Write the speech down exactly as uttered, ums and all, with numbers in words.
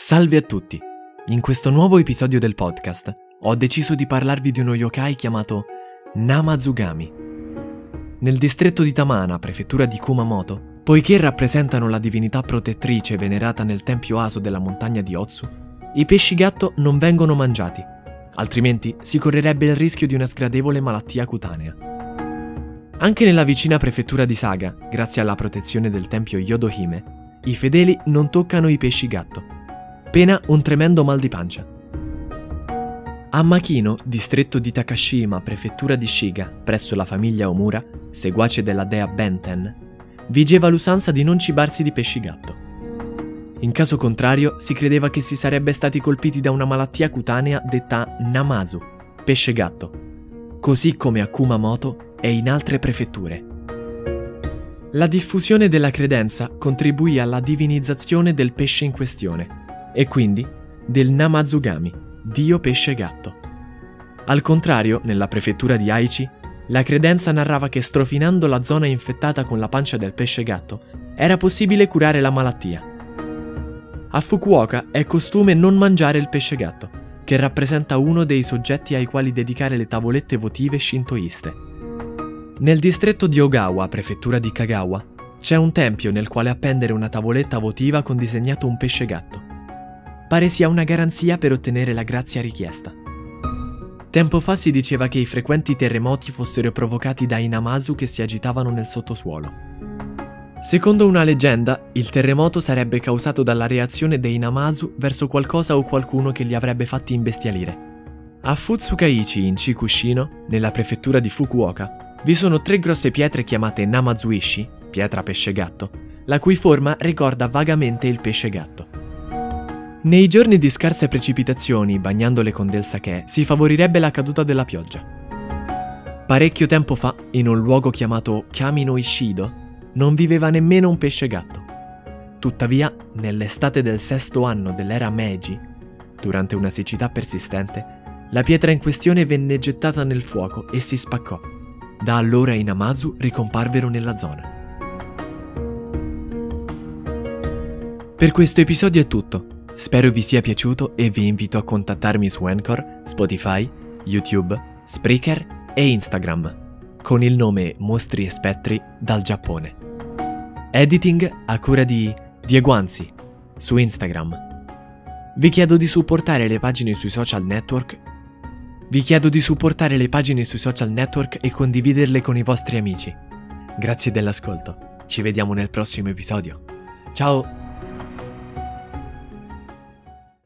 Salve a tutti! In questo nuovo episodio del podcast ho deciso di parlarvi di uno yokai chiamato Namazugami. Nel distretto di Tamana, prefettura di Kumamoto, poiché rappresentano la divinità protettrice venerata nel tempio Aso della montagna di Otsu, i pesci gatto non vengono mangiati, altrimenti si correrebbe il rischio di una sgradevole malattia cutanea. Anche nella vicina prefettura di Saga, grazie alla protezione del tempio Yodohime, i fedeli non toccano i pesci gatto, pena un tremendo mal di pancia. A Makino, distretto di Takashima, prefettura di Shiga, presso la famiglia Omura, seguace della dea Benten, vigeva l'usanza di non cibarsi di pesci gatto. In caso contrario, si credeva che si sarebbe stati colpiti da una malattia cutanea detta Namazu, pesce gatto, così come a Kumamoto e in altre prefetture. La diffusione della credenza contribuì alla divinizzazione del pesce in questione, e quindi del Namazugami, dio pesce gatto. Al contrario, nella prefettura di Aichi, la credenza narrava che strofinando la zona infettata con la pancia del pesce gatto era possibile curare la malattia. A Fukuoka è costume non mangiare il pesce gatto, che rappresenta uno dei soggetti ai quali dedicare le tavolette votive shintoiste. Nel distretto di Ogawa, prefettura di Kagawa, c'è un tempio nel quale appendere una tavoletta votiva con disegnato un pesce gatto. Pare sia una garanzia per ottenere la grazia richiesta. Tempo fa si diceva che i frequenti terremoti fossero provocati dai Namazu che si agitavano nel sottosuolo. Secondo una leggenda, il terremoto sarebbe causato dalla reazione dei Namazu verso qualcosa o qualcuno che li avrebbe fatti imbestialire. A Futsukaichi, in Chikushino, nella prefettura di Fukuoka, vi sono tre grosse pietre chiamate Namazuishi, pietra pesce gatto, la cui forma ricorda vagamente il pesce gatto. Nei giorni di scarse precipitazioni, bagnandole con del sake, si favorirebbe la caduta della pioggia. Parecchio tempo fa, in un luogo chiamato Kami no Ishido, non viveva nemmeno un pesce gatto. Tuttavia, nell'estate del sesto anno dell'era Meiji, durante una siccità persistente, la pietra in questione venne gettata nel fuoco e si spaccò. Da allora i Namazu ricomparvero nella zona. Per questo episodio è tutto. Spero vi sia piaciuto e vi invito a contattarmi su Anchor, Spotify, YouTube, Spreaker e Instagram con il nome Mostri e Spettri dal Giappone. Editing a cura di Diego Anzi su Instagram. Vi chiedo di supportare le pagine sui social network. Vi chiedo di supportare le pagine sui social network e condividerle con i vostri amici. Grazie dell'ascolto. Ci vediamo nel prossimo episodio. Ciao!